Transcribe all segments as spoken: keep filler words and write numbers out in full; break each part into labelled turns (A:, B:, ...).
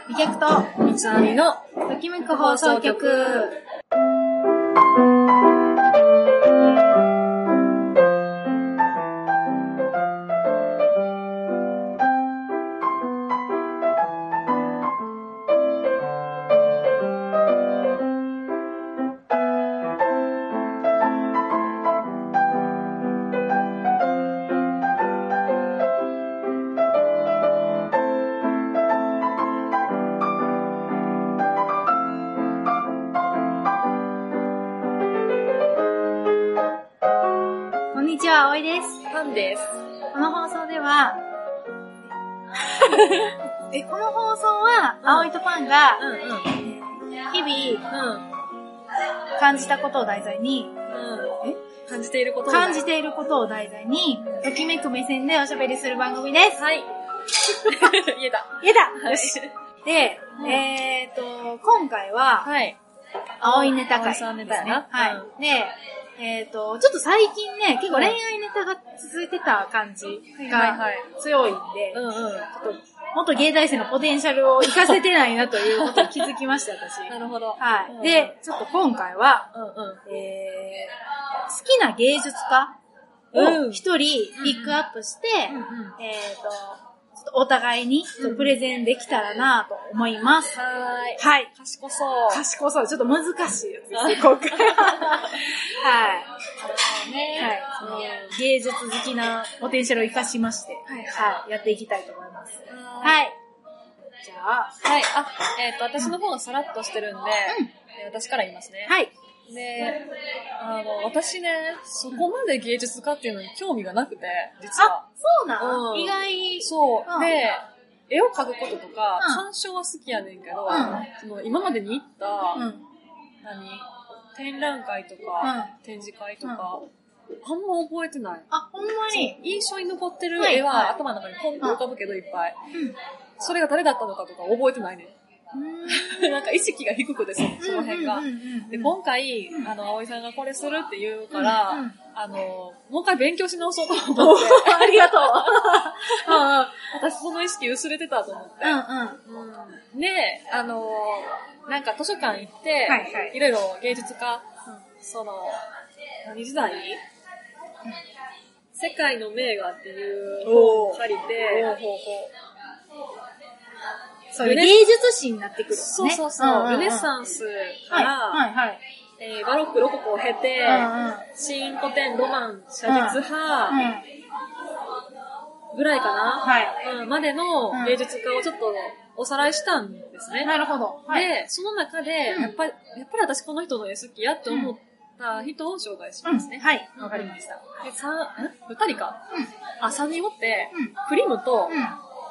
A: 美脚と
B: 三つ編みの
A: ときめく放送局。こんにちは、あおいです。
B: パンです。
A: この放送では、えこの放送は、あおいとパンが、
B: うんうん。
A: 日々
B: うん。
A: 感じたことを題材に、
B: うん。え感じていることを
A: 感じていることを題材に、ときめく目線でおしゃべりする番組です。
B: はい。言えた。
A: 言えた、
B: はい
A: よし。で、
B: うん
A: えーと、今回は、
B: はい。
A: 青いネタ会
B: 青いさんネタやな
A: はい。
B: うん
A: で、えっ、と、ちょっと最近ね、結構恋愛ネタが続いてた感じ
B: はい
A: が
B: はい
A: 強いんで、
B: うんうん。
A: ちょっと、元芸大生のポテンシャルを活かせてないなということに気づきました、私。
B: なるほど。
A: はい。
B: うん
A: で、ちょっと今回は、
B: うんうん。
A: えー、好きな芸術家
B: うん
A: を一人ピックアップして、
B: うんうん
A: えっ、と、ちょっとお互いにちょっとプレゼンできたらなと思います。
B: はーい。
A: はい。
B: 賢そう。
A: 賢そう。ちょっと難しいやつですね、今回。はい。
B: ね。
A: はい。その芸術好きなポテンシャルを活かしまして、
B: はい
A: はい。やっていきたいと思います。
B: は
A: はい。じゃあ、
B: はい。あ、えっと、私の方がさらっとしてるんで、えー私から言いますね。
A: はい。
B: で、あの、私ね、そこまで芸術家っていうのに興味がなくて、実は
A: あ。、そうなん、
B: うん
A: 意外。
B: そうう。
A: ん
B: で、絵を描くこととか、
A: うん
B: 鑑賞は好きやねんけど、
A: うん
B: その今までに行った、
A: うん。
B: 何展覧会とか、
A: うん
B: 展示会とか、あんま覚えてない。
A: あ、ほんまに。
B: 印象に残ってる
A: はい
B: 絵は、
A: はい
B: 頭の中にポンと浮かぶけどいっぱい。
A: うん。
B: それが誰だったのかとか覚えてないね。
A: う
B: なんか意識が低くて、そその辺が。
A: うんうんうんうん
B: で、今回、
A: うん
B: あの、葵さんがこれするって言うから、
A: うんうん
B: あの、もう一回勉強し直そうと思
A: お
B: って。
A: ーありがとう。うんうん。
B: 私その意識薄れてたと思って。
A: うんうん。
B: うんで、あのー、なんか図書館行って、
A: はいはい
B: いろいろ芸術家、その、何時代、世界の名画っていう本を借りて、
A: ほうほうほそう、
B: ルネ
A: 芸術史になってくる、ね。
B: そうそうそう、
A: んんん
B: ルネサンス
A: はい、
B: から、
A: はい、はい。
B: えーバロック、ロココを経て、
A: うんうん
B: 新古典、ロマン、写実派、
A: うん。
B: ぐらいかな、
A: はい。
B: うん、までの芸術家をちょっとおさらいしたんですね。
A: なるほど。はい。
B: で、その中で、
A: うん
B: やっぱり、やっぱり私この人の絵好きやって思った人を紹介し
A: うん。
B: ますね。
A: はい。わかりました。
B: で、さん、ん二人か。
A: うん。
B: あ、三人おって、
A: うん
B: クリムと、
A: うん。
B: えー、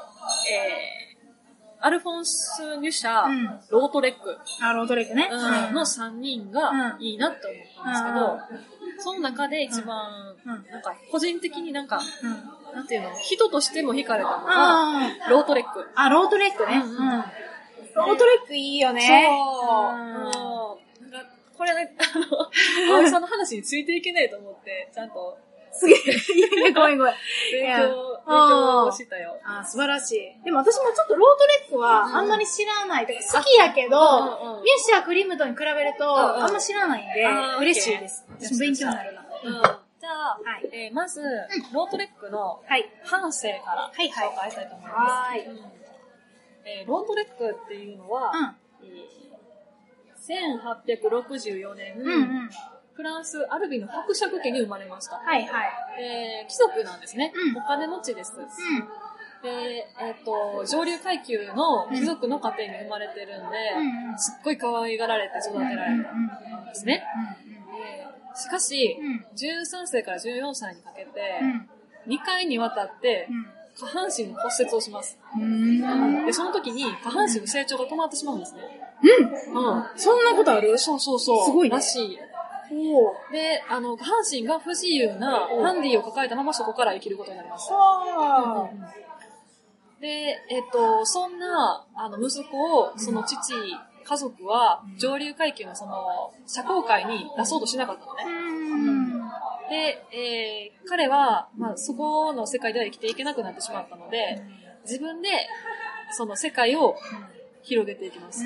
B: アルフォンス・ニュシャ、
A: うん
B: ロートレック、
A: あ、ロートレックね。
B: うんの三人が
A: うん
B: いいなって思ったんですけど、その中で一番、
A: うんうん
B: なんか、個人的になんか、
A: うん。
B: なんていうの、人としても惹かれたのが、
A: あ
B: ロートレック。
A: あ、ロートレックね。
B: うんうん
A: ロートレックいいよね。
B: そう。
A: うん
B: もう、なんか、これね、あの、葵さんの話についていけないと思って、ちゃんと、
A: すげえ。いやいや、ごめんごめん。
B: 勉
A: いや
B: 強、勉強したよ。
A: あ、素晴らしい。でも私もちょっとロートレックはあんまり知らない。とか好きやけど、
B: うんうんうん
A: ミュッシャークリムトンに比べると、
B: うんうん
A: あんま知らないんで
B: あー、
A: 嬉しいです。
B: オッケー
A: 私も勉強になるな。
B: うん。じゃあ、
A: はい
B: えーまず、ロートレックの
A: はい。
B: 半生から
A: はいはい
B: 紹介したいと思います。
A: はーい。
B: うんえーロートレックっていうのは、
A: うん。
B: えーせんはっぴゃくろくじゅうよねん、
A: うんうん。
B: フランス・アルビの伯爵家に生まれました。
A: はいはい。
B: えー貴族なんですね。
A: うん
B: お金持ちです。
A: うん。
B: で、えっ、と、上流階級の貴族の家庭に生まれてるんで、
A: うんうん
B: すっごい可愛がられて育てられるんですね。でしかし、
A: うん
B: じゅうさんさいからじゅうよんさいにかけて、
A: うん。
B: にかいにわたって
A: うん。
B: 下半身の骨折をします。
A: うん。
B: で、その時に下半身の成長が止まってしまうんですね。
A: うん。
B: うん。
A: そんなことある
B: そうそうそう。
A: すごいね
B: らしい。
A: おー。
B: で、あの、下半身が不自由なハンディを抱えたままそこから生きることになります。
A: は
B: で、えっと、そんな、あの、息子を、その父、家族は、上流階級のその、社交界に出そうとしなかったのね。
A: うん。
B: で、えー、彼は、まあ、そこの世界では生きていけなくなってしまったので、自分で、その世界を広げていきます。
A: うん、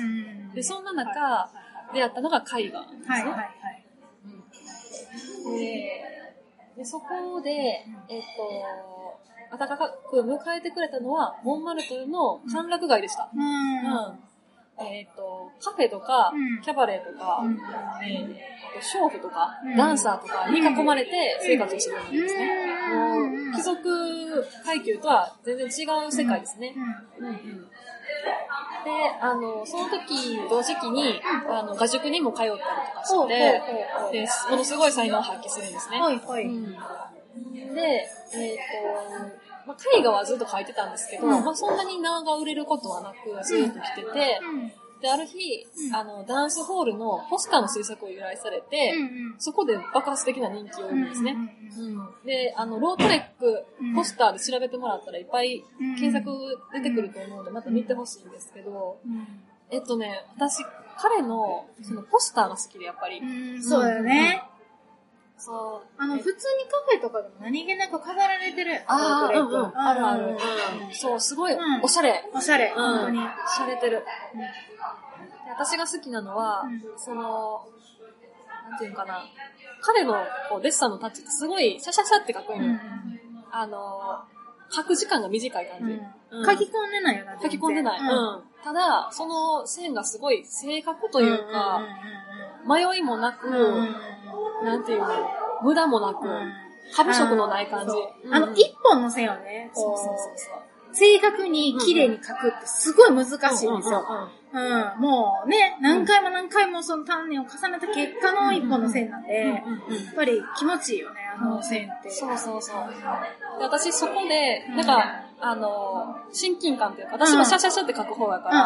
B: で、そんな中、はい、出会ったのが絵画ですね。はいはいはい。うん、で, で、そこで、えっと、暖かく迎えてくれたのは、モンマルトルの歓楽街でした。うん。うんえっ、ー、と、カフェとか、うん、キャバレーとか、うんえー、あとショーフとか、うん、ダンサーとかに囲まれて生活をしてるんですね。うん、もう貴族階級とは全然違う世界ですね。うんうんうん、で、あの、その時、同時期に、あの、画塾にも通ったりとかして、で、ものすごい才能を発揮するんですね。はいはい。うん、で、えっ、ー、と、まあ、絵画はずっと描いてたんですけど、うん、まあ、そんなに名が売れることはなく、ずっと来てて、うん、で、ある日、うん、あの、ダンスホールのポスターの制作を依頼されて、うんうん、そこで爆発的な人気を生むんですね。うんうんうん、で、あの、ロートレック、ポスターで調べてもらったらいっぱい検索出てくると思うので、また見てほしいんですけど、うん、えっとね、私、彼の、そのポスターが好きで、やっぱり。
A: うん、そうだよね。うん
B: そう。
A: あの、普通にカフェとかでも何気なく飾られてる。
B: ああ、うんうん。あるある。うん。そう、すごい、おしゃれ。
A: おしゃれ。本当に。
B: おしゃれてる。私が好きなのは、その、なんていうのかな。彼のこうデッサンのタッチってすごいシャシャシャって描くの。あの、描く時間が短い感じ。
A: 書き込んでないよな。
B: 書き込んでない。うん。ただ、その線がすごい正確というか、迷いもなく、なんていうの、無駄もなく、過不足のない感じ。
A: あの、一本の線をね、そうそうそうそう。正確に綺麗に描くってすごい難しいんですよ。うん。もうね、何回も何回もその鍛錬を重ねた結果の一本の線なんで、やっぱり気持ちいいよね、あの線って。
B: そうそうそう。で私そこで、なんか、あの、親近感というか、私はシャシャシャって描く方だから、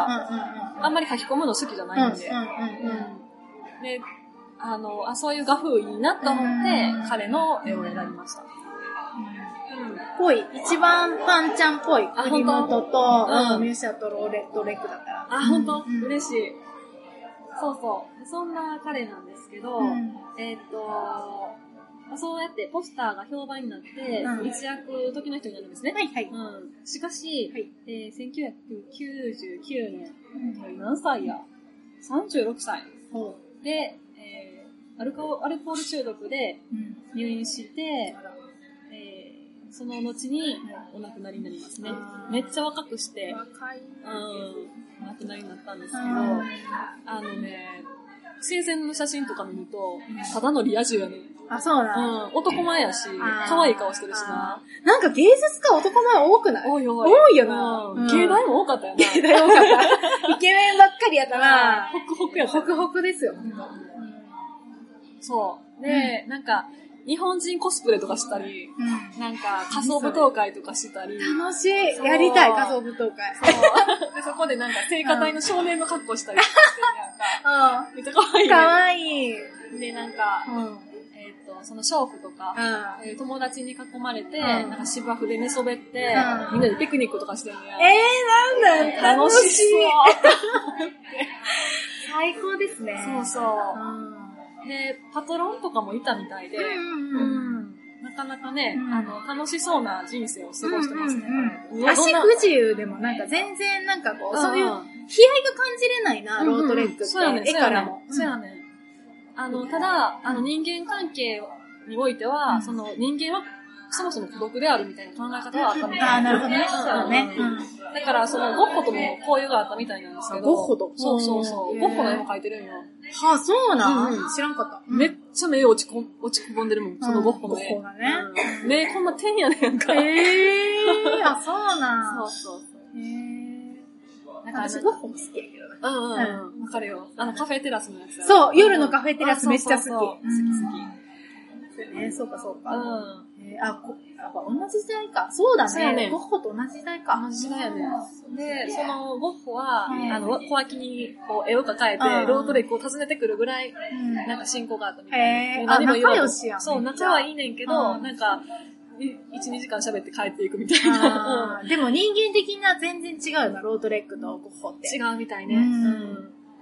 B: あんまり書き込むの好きじゃないんで。であの、あ、そういう画風いいなと思って、彼の絵を選びました。
A: ぽい。一番パンちゃんっぽい。国本と、うん、ミューシャとローレットレックだったら。
B: あ、ほんと、うん、嬉しい。そうそう。そんな彼なんですけど、うん、えっと、そうやってポスターが評判になって、うん、一躍時の人になるんですね。はいはい。うん、しかし、はいえー、せんきゅうひゃくきゅうじゅうきゅうねん、うん、何歳や ?さんじゅうろくさい。うん、で、えー、アルコ、アルコール中毒で入院して、うんえー、その後にお亡くなりになりますね。めっちゃ若くして、若い、うん、お亡くなりになったんですけど、あのね、生前の写真とか見ると、ただのリア充やね。
A: あ、そうな、
B: うん。男前やし、可愛い顔してるしな。
A: なんか芸術家男前多くない？
B: 多い多い。
A: 多いよな。
B: うん。芸大も多かったよな。
A: 芸大多かった。イケメンばっかりやったな。
B: ホクホクやった。
A: ホクホクですよ。
B: そう。で、なんか、日本人コスプレとかしたり、うん、なんか仮想舞踏会とかしたり。
A: 楽しい。やりたい、仮想舞踏会。
B: そう。で、そこでなんか聖歌隊の少年の格好したりとかしてるやんか。うん。めっちゃ可愛い、ね。
A: 可愛い。
B: で、なんか、うん、えっ、ー、と、その娼婦とか、うんえー、友達に囲まれて、うん、なんか芝生で寝そべって、うん、みんなでピクニックとかしてるのや。
A: えー、なんだ
B: 楽しそう。
A: 最高ですね。
B: そうそう。うんで、パトロンとかもいたみたいで、うんうんうん、なかなかね、うん、あの、楽しそうな人生を過ごしてますね。
A: うんうんうん、足不自由でもなんか全然なんかこう、うん、そういう悲哀が感じれないな、うんうん、ロートレックって。そうやね、絵からも。
B: そうやね。あの、ただ、あの、人間関係においては、うん、その人間はそもそも孤独であるみたいな考え方はあったみたいな。
A: ああ、なるほどね。そうだね。
B: だから、その、ゴッホとも交友があったみたいなんですけど。
A: ゴッホと
B: そうそうそう。ゴッホの絵も描いてるんよ。
A: はあ、そうなん、うん、知らんかった。
B: めっちゃ目落ちこ、落ち込んでるもん、そのゴッホの絵。
A: ゴッホがね。
B: うん、目こんな点やねんか。
A: へえー。あ、そうなん
B: そうそうそう。へ
A: え。なんか私、ゴッホも好きやけど
B: な。うんうんうん。わかるよ。あの、カフェテラスのやつ。
A: そう、夜のカフェテラスめっちゃ好き。好き好き。
B: そうね、
A: そうかそうか。うん。あ、こ、やっぱ同じ時代か。そうだね。そうね。ゴッホと同じ時代か。
B: 同じ時代やね。で、そのゴッホは、あの、小脇にこう絵を描いて、ロートレックを訪ねてくるぐらい、なんか親交があったみたいな。
A: へー。あ、仲良しやん。
B: そう、仲はいいねんけど、なんか、いち、にじかん喋って帰っていくみたいな。
A: でも人間的な全然違うな、ロートレックとゴッホって。
B: 違うみたいね。うん。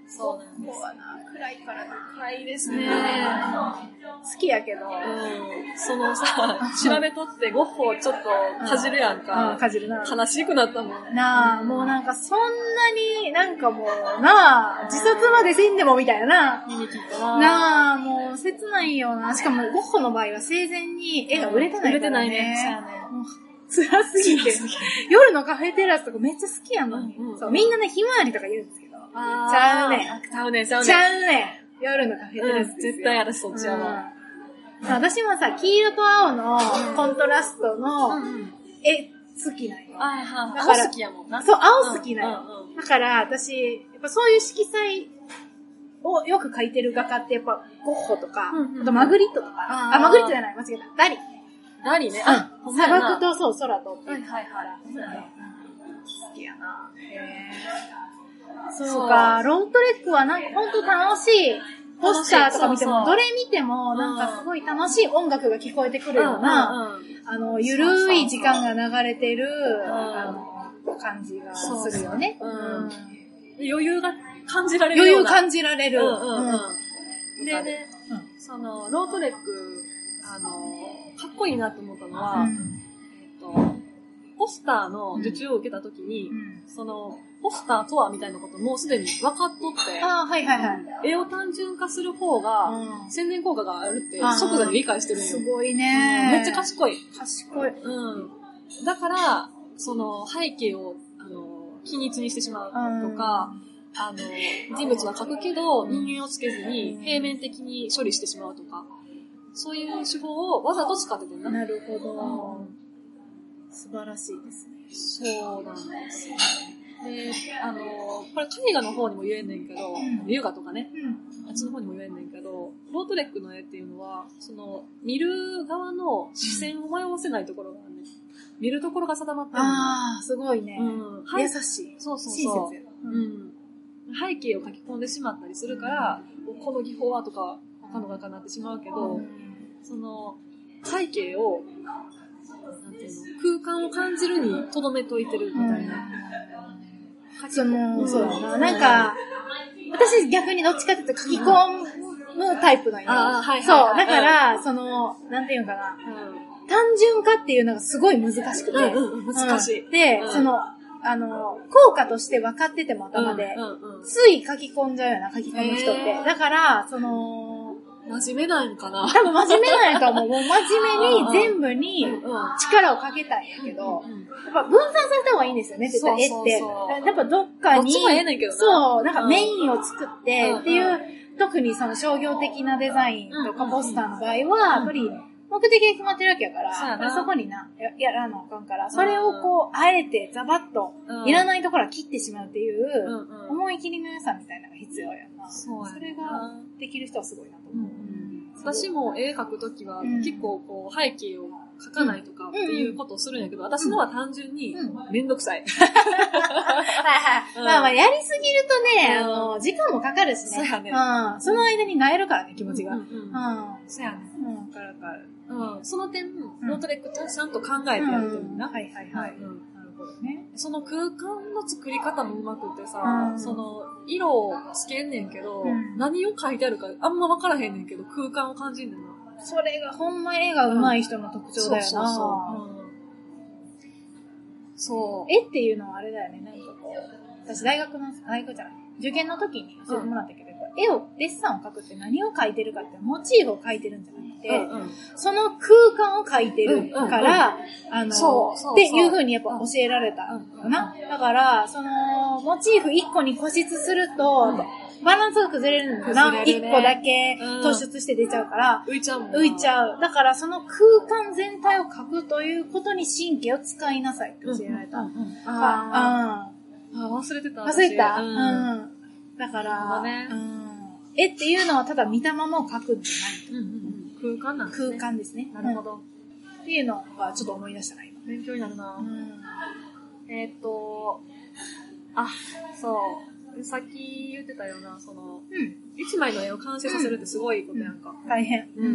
B: そうなんです。
A: ゴッホはな、暗いからな。
B: 暗いですね。
A: 好きやけど。うん。
B: そのさ、調べとってゴッホをちょっとかじるやんか。
A: うん、かじるな。
B: 悲しくなったもん。
A: なあ、もうなんかそんなになんかもう、なあ、自殺までせんでもみたいな。
B: 耳切ったな。
A: なあ、もう切ないよな。しかもゴッホの場合は生前に絵が売れてないからね。売れてないね。そうやね。辛すぎて。夜のカフェテラスとかめっちゃ好きやのに。うんうん、そう、みんなね、ひまわりとか言うんですけど。ちゃうね。
B: ちゃうね、ちゃうね。
A: ちゃうね。夜のカフェテラス、
B: うん。絶対私そっちやわ。
A: うん、私もさ、黄色と青のコントラストの絵好きなんよ。
B: あ、はい。青好きやもんな。
A: そう、青好きなんよ。うんうんうん、だから私、やっぱそういう色彩をよく描いてる画家ってやっぱゴッホとか、うんうんうん、あとマグリットとか、あ, あ、マグリットじゃない、間違えた。ダリ。
B: ダリね。
A: あ、砂漠とそう、空と。
B: はいはいはい。
A: 好きやな。へー。そうか、ロートレックはなんかほんと楽しい。ポスターとか見ても、そうそうどれ見てもなんかすごい楽しい音楽が聞こえてくるような、うんうんうん、あの、ゆるい時間が流れてる、あの、感じがするよね。
B: そうそううん、余裕が感じられるような。
A: 余裕感じられる。うんうん
B: うん、でね、うん、その、ロートレック、あの、かっこいいなと思ったのは、うん、えっと、ポスターの受注を受けたときに、うん、その、ポスターとはみたいなこともうすでに分かっとって、
A: あはいはいはい、
B: 絵を単純化する方が、宣伝効果があるって即座に理解してるんよ。
A: すごいね、
B: うん。めっちゃ賢い。
A: 賢い。
B: うん。だから、その背景を、あの、均一にしてしまうとか、あの、人物は描くけど、人間をつけずに平面的に処理してしまうとか、そういう手法をわざと使っててんな。
A: なるほど。うん、素晴らしいです
B: ね。そうなんですよね。で、あの、これ絵画の方にも言えんねんけど、うん、優雅とかね、うん、あっちの方にも言えんねんけど、ロートレックの絵っていうのは、その、見る側の視線を迷わせないところがあるね。見るところが定まってるの。
A: ああ、すごいね。
B: うん、
A: はい、優しい。
B: そうそうそう。
A: 親切や。
B: うん。背景を書き込んでしまったりするから、うん、この技法はとか、他の画家になってしまうけど、うん、その、背景を、なんていうの、空間を感じるに留めといてるみたいな。うん
A: その、そうだな。なんか、私逆にどっちかっていうと書き込むタイプなんよ。
B: あはいはいはい、
A: そう。だから、うん、その、なんていうのかな、うん。単純化っていうのがすごい難しくて。
B: うんうん、難しい。
A: うん、で、うん、その、あの、効果として分かってても頭で、うんうんうん、つい書き込んじゃうような書き込む人って。だから、その、
B: 真面目なんかな
A: 多分真面目なんやと思う。もう真面目に全部に力をかけたんやけど、やっぱ分散させた方がいいんですよね、絶対絵って。やっぱどっかに、
B: どっちもええねんけどな
A: そう、なんかメインを作ってっていう、特にその商業的なデザインとかポスターの場合は、やっぱり目的が決まってるわけやから、そこにな、や、やらなあかんから、それをこう、あえてザバッと、いらないところは切ってしまうっていう、思い切りの良さみたいなのが必要やな。
B: そうやな。
A: それができる人はすごいなと思う。
B: 私も絵描くときは、結構こう、背景を描かないとかっていうことをするんやけど、私のは単純に、めんどくさい。
A: はいはい。まあまあ、やりすぎるとね、あの、時間もかかるしね。
B: そうやね。
A: うん。その間に萎えるからね、気持ちが。うん。
B: そうやね。
A: うん。わかるわかる。
B: うん。その点、ロートレックちゃんと考えてやってるんだ。
A: はいはいはい。うん。なるほどね。
B: その空間の作り方もうまくってさ、その、色をつけんねんけど、何を書いてあるかあんま分からへんねんけど、空間を感じんねんな。
A: それがほんま絵が上手い人の特徴だよな。そうそうそう。そう。絵っていうのはあれだよね、なんかこう、私大学の、大学じゃない、受験の時に教えてもらったけど、うん、絵を、デッサンを描くって何を描いてるかってモチーフを描いてるんじゃなくて、うんうん、その空間を描いてるから、うんうんうん、あの、そうそうそうっていう風にやっぱ教えられたかな。うんうん、だから、その、モチーフ一個に固執すると、うんバランスが崩れるんだな。一、ね、個だけ突出して出ちゃうから。
B: 浮いちゃうもん。
A: 浮いちゃう。だからその空間全体を描くということに神経を使いなさいって教えられた。うんうんうん、
B: ああ忘れてた。
A: 忘れた、うん、うん。だから、ねうん、絵っていうのはただ見たままを描くんじゃない、うん
B: うんうん。空間なんですね。
A: 空間ですね。
B: なるほど、うん。
A: っていうのがちょっと思い出したな、今。
B: 勉強になるな。うん、えー、っと、あ、そう。さっき言ってたような、その、うん、一枚の絵を完成させるってすごいことやんか。
A: うん、大変。
B: うん。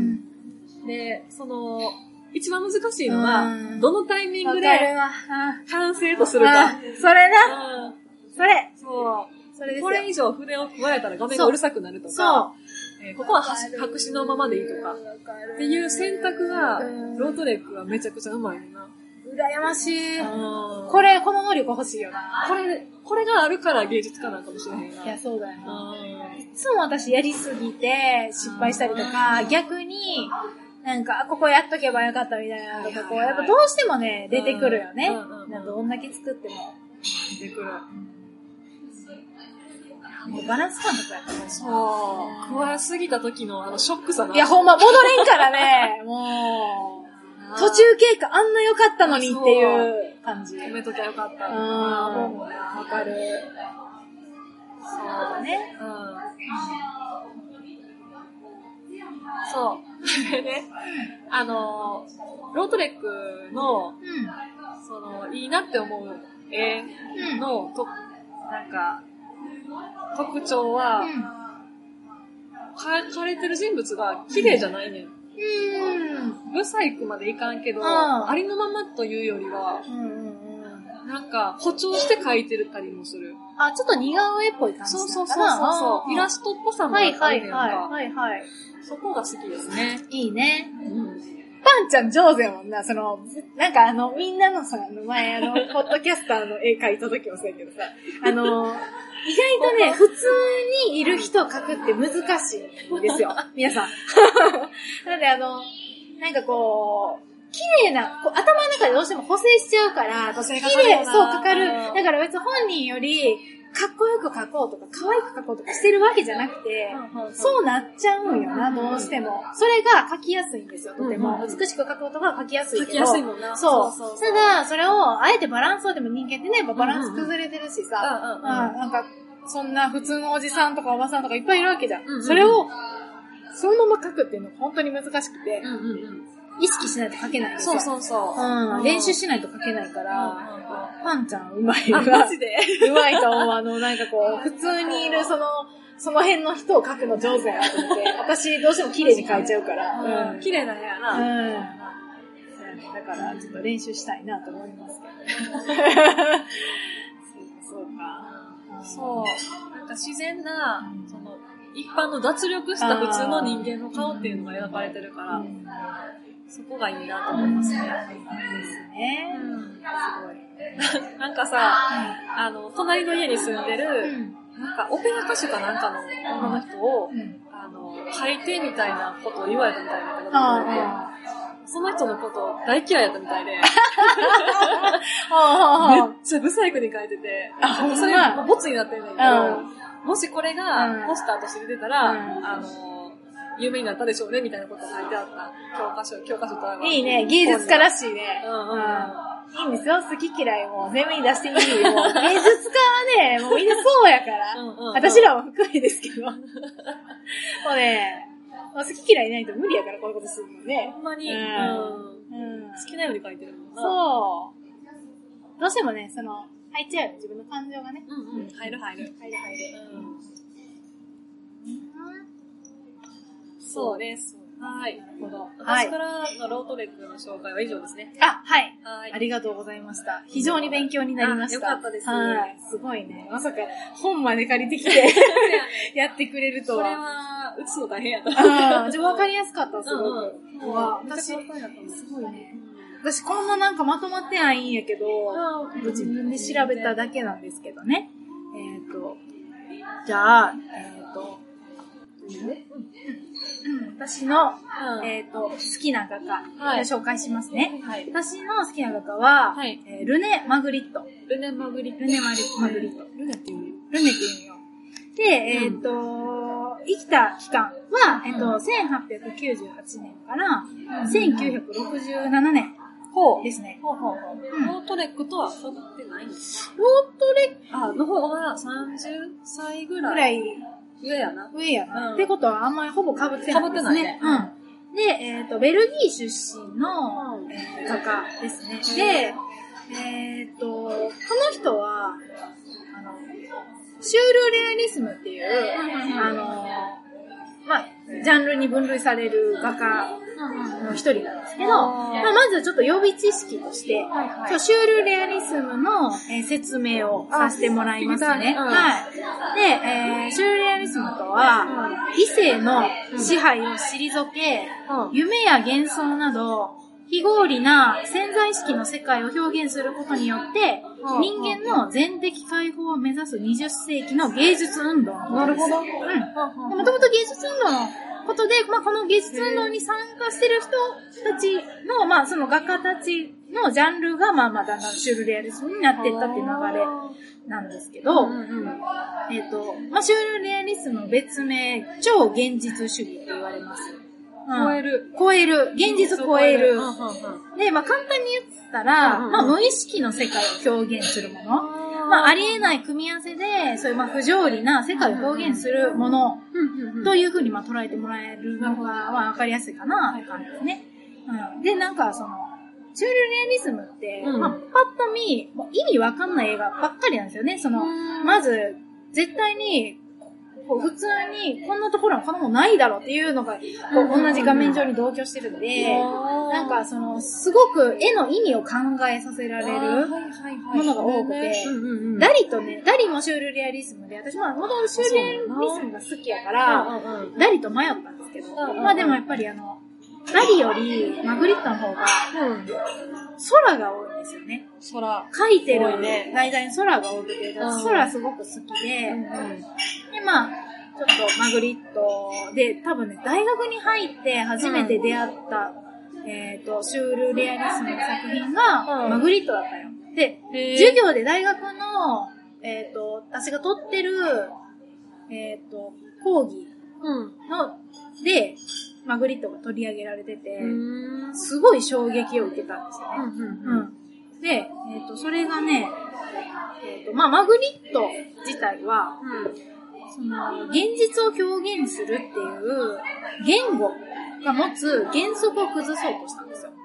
B: で、その、一番難しいのは、どのタイミングで完成とするか。
A: それな。それ。
B: そう。
A: それですよ。
B: これれ以上筆を加えたら画面がうるさくなるとか、そうえー、ここは白紙のままでいいとか、っていう選択が、ロートレックはめちゃくちゃうまいよな。
A: 羨ましい。これ、この能力欲しいよな。
B: これ、これがあるから芸術家なんかもしれへんな。
A: いや、そうだよな。いつも私やりすぎて失敗したりとか、逆に、なんか、ここやっとけばよかったみたいなのとか、こう、やっぱどうしてもね、出てくるよね。どんだけ作っても。
B: 出てくる。
A: もうバランス感覚やったもん。
B: そう。加えすぎた時のあのショックさな。
A: いや、ほんま、戻れんからね。もう。途中経過あんな良かったのにっていう感じ。
B: 止めときゃよかった。
A: うん。わかる。そうだね。うん。
B: そう。でね、あの、ロートレックの、うん、その、いいなって思う絵の、うん、と、なんか、特徴は、うん、描かれてる人物が綺麗じゃないねん。うん。ブサイクまでいかんけど、ありのままというよりは、うんうんうん、なんか、誇張して描いてるたりもする。
A: あ、ちょっと似顔絵っぽい感じなのかな。
B: そうそうそうそう。イラストっぽさもあるねんか。はいはいはい。
A: はいはい。
B: そこが好きですね。
A: いいね。うん。パンちゃん上手やもんな。その、なんかあの、みんなのさ、前あの、ポッドキャスターの絵描いた時もそうやけどさ、あの、意外とね、普通にいる人を描くって難しいんですよ。皆さん。なのであの、なんかこう、綺麗な、こう頭の中でどうしても補正しちゃうから、綺麗、そうかかる。だから別に本人より、かっこよく描こうとか、可愛く描こうとかしてるわけじゃなくて、うんうん、そうなっちゃうんよな、どうしても。それが描きやすいんですよ、とても。うんうん、美しく描くことが描きやすいけど。
B: 描きやすいもんな。
A: そう。そうそうそう。ただ、それを、あえてバランスをでも人間ってね、やっぱバランス崩れてるしさ、うんうんうん、なんか、そんな普通のおじさんとかおばさんとかいっぱいいるわけじゃん。うんうんうん、それを、そのまま描くっていうのが本当に難しくて、うんうんうん、意識しないと描けないんですよ。
B: そうそうそう。
A: うん。練習しないと描けないから、うん、パンちゃんうまい
B: わ。マジで
A: うまいと思う。あの、なんかこう、普通にいるその、その辺の人を描くの上手やなと思って、私どうしても綺麗に描いちゃうから。
B: うん。綺麗なんやな。うん。
A: だから、ちょっと練習したいなと思いますけど。そうか。
B: そう。なんか自然な、その、一般の脱力した普通の人間の顔っていうのが描かれてるから、うん、そこがいいなと思いますね。
A: いいですね。うん、す
B: ごい。なんかさ、うん、あの、隣の家に住んでる、うん、なんかオペラ歌手かなんかの女の人を、うん、あの、書いてみたいなことを言われたみたいなことが言われて、その人のこと大嫌いやったみたいで、めっちゃブサイクに書いてて、それがボツになってるんだけど、もしこれがポスターとして出てたら、うん、あの、有名になったでしょうね、みたいなことが書いてあった教科書、教科書とは。
A: いいね、芸術家らしいね。うんうん、いいんですよ、好き嫌いも全部に出していいよ。芸術家はね、もうみんなそうやから。うんうんうん、私らは含めですけど。もうね、好き嫌いないと無理やから、こういうことするのね。
B: ほんまに、うんうん、好きなように書いてるもんな。
A: そう。どうしてもね、その、入っちゃうよ、自分の感情がね。
B: うんうん、入る入る。
A: 入る入る。うん。
B: そうです。はい。なるほど。私からのロートレックの紹介は以上ですね。
A: あ、はい。はい。ありがとうございました。非常に勉強になりました。
B: よかったです。
A: はい。すごいね。まさか本まで借りてきてやってくれるとは。
B: これは、打つの大変やった。
A: ああ、じゃあ分かりやすかった、すごく。うんうん、私、すごいね。私こんななんかまとまってないんやけど、自分で調べただけなんですけどね。えっと、じゃあ、えっと、私の、えっと、好きな画家、紹介しますね。私の好きな画家は、ルネ・マグリット。
B: ルネ・マグリット。
A: ルネ・マグリット。
B: ルネって言うよ。
A: ルネって言うよ。で、えっと、生きた期間は、えっと、せんはっぴゃくきゅうじゅうはちねんからせんきゅうひゃくろくじゅうななねん。ほう。ですね。
B: ほうほうほう。うん、ロートレックとは被ってないんです
A: か？ロートレック
B: あ、の方がさんじゅっさいぐらい。
A: ぐらい。
B: 上やな。
A: 上やな。うん、ってことはあんまりほぼ被ってないですね。被ってないね。うん。で、えっと、ベルギー出身の、うん、えー、画家ですね。で、えっと、この人は、あの、シュールレアリスムっていう、あの、まあ、ジャンルに分類される画家の一人なんですけど、まあ、まずちょっと予備知識として、はいはい、シュールレアリスムの、えー、説明をさせてもらいますね。はい。で、 えー、シュールレアリスムとは、異性の支配を退け、夢や幻想など、非合理な潜在意識の世界を表現することによって、人間の全的解放を目指すにじゅっせいきの芸術運動のことです。なるほど。うん。もともと芸術運動のことで、まあ、この芸術運動に参加してる人たちの、まあ、その画家たちのジャンルが、まあまあ、だんだんシュールレアリスムになっていったっていう流れなんですけど、うんうん、えっと、まあ、シュールレアリスムの別名、超現実主義って言われます。
B: うん、超える。
A: 超える。現実超える。で、まあ、簡単に言ったら、うんうん、まあ、無意識の世界を表現するもの。まあ、ありえない組み合わせで、そういうまあ不条理な世界を表現するものというふうにまあ捉えてもらえるのがまあわかりやすいかなって感じですね。うん、で、なんかその、シュールレアリスムって、うん、まあ、パッと見、意味わかんない映画ばっかりなんですよね。その、まず、絶対に、こう普通にこんなところはこんなもんないだろうっていうのがこう同じ画面上に同居してるんで、なんかそのすごく絵の意味を考えさせられるものが多くて、ダリとね、ダリもシュールレアリスムで、私まあもともとシュールレアリスムが好きやから、ダリと迷ったんですけど、まあでもやっぱりあの、ダリよりマグリットの方が、空が多いんですよね。
B: 空。
A: 描いてる題材に空が多くて、空すごく好きで、で、まあ、ちょっとマグリットで、多分ね、大学に入って初めて出会った、うん、えっ、ー、と、シュールレアリスムの作品が、マグリットだったよ。で、授業で大学の、えっ、ー、と、私が取ってる、えっ、ー、と、講義の、うん、で、マグリットが取り上げられてて、すごい衝撃を受けたんですよね。うんうんうん、で、えっ、ー、と、それがね、えっ、ー、と、まあ、マグリット自体は、うんその、現実を表現するっていう言語が持つ原則を崩そうとしたんですよ。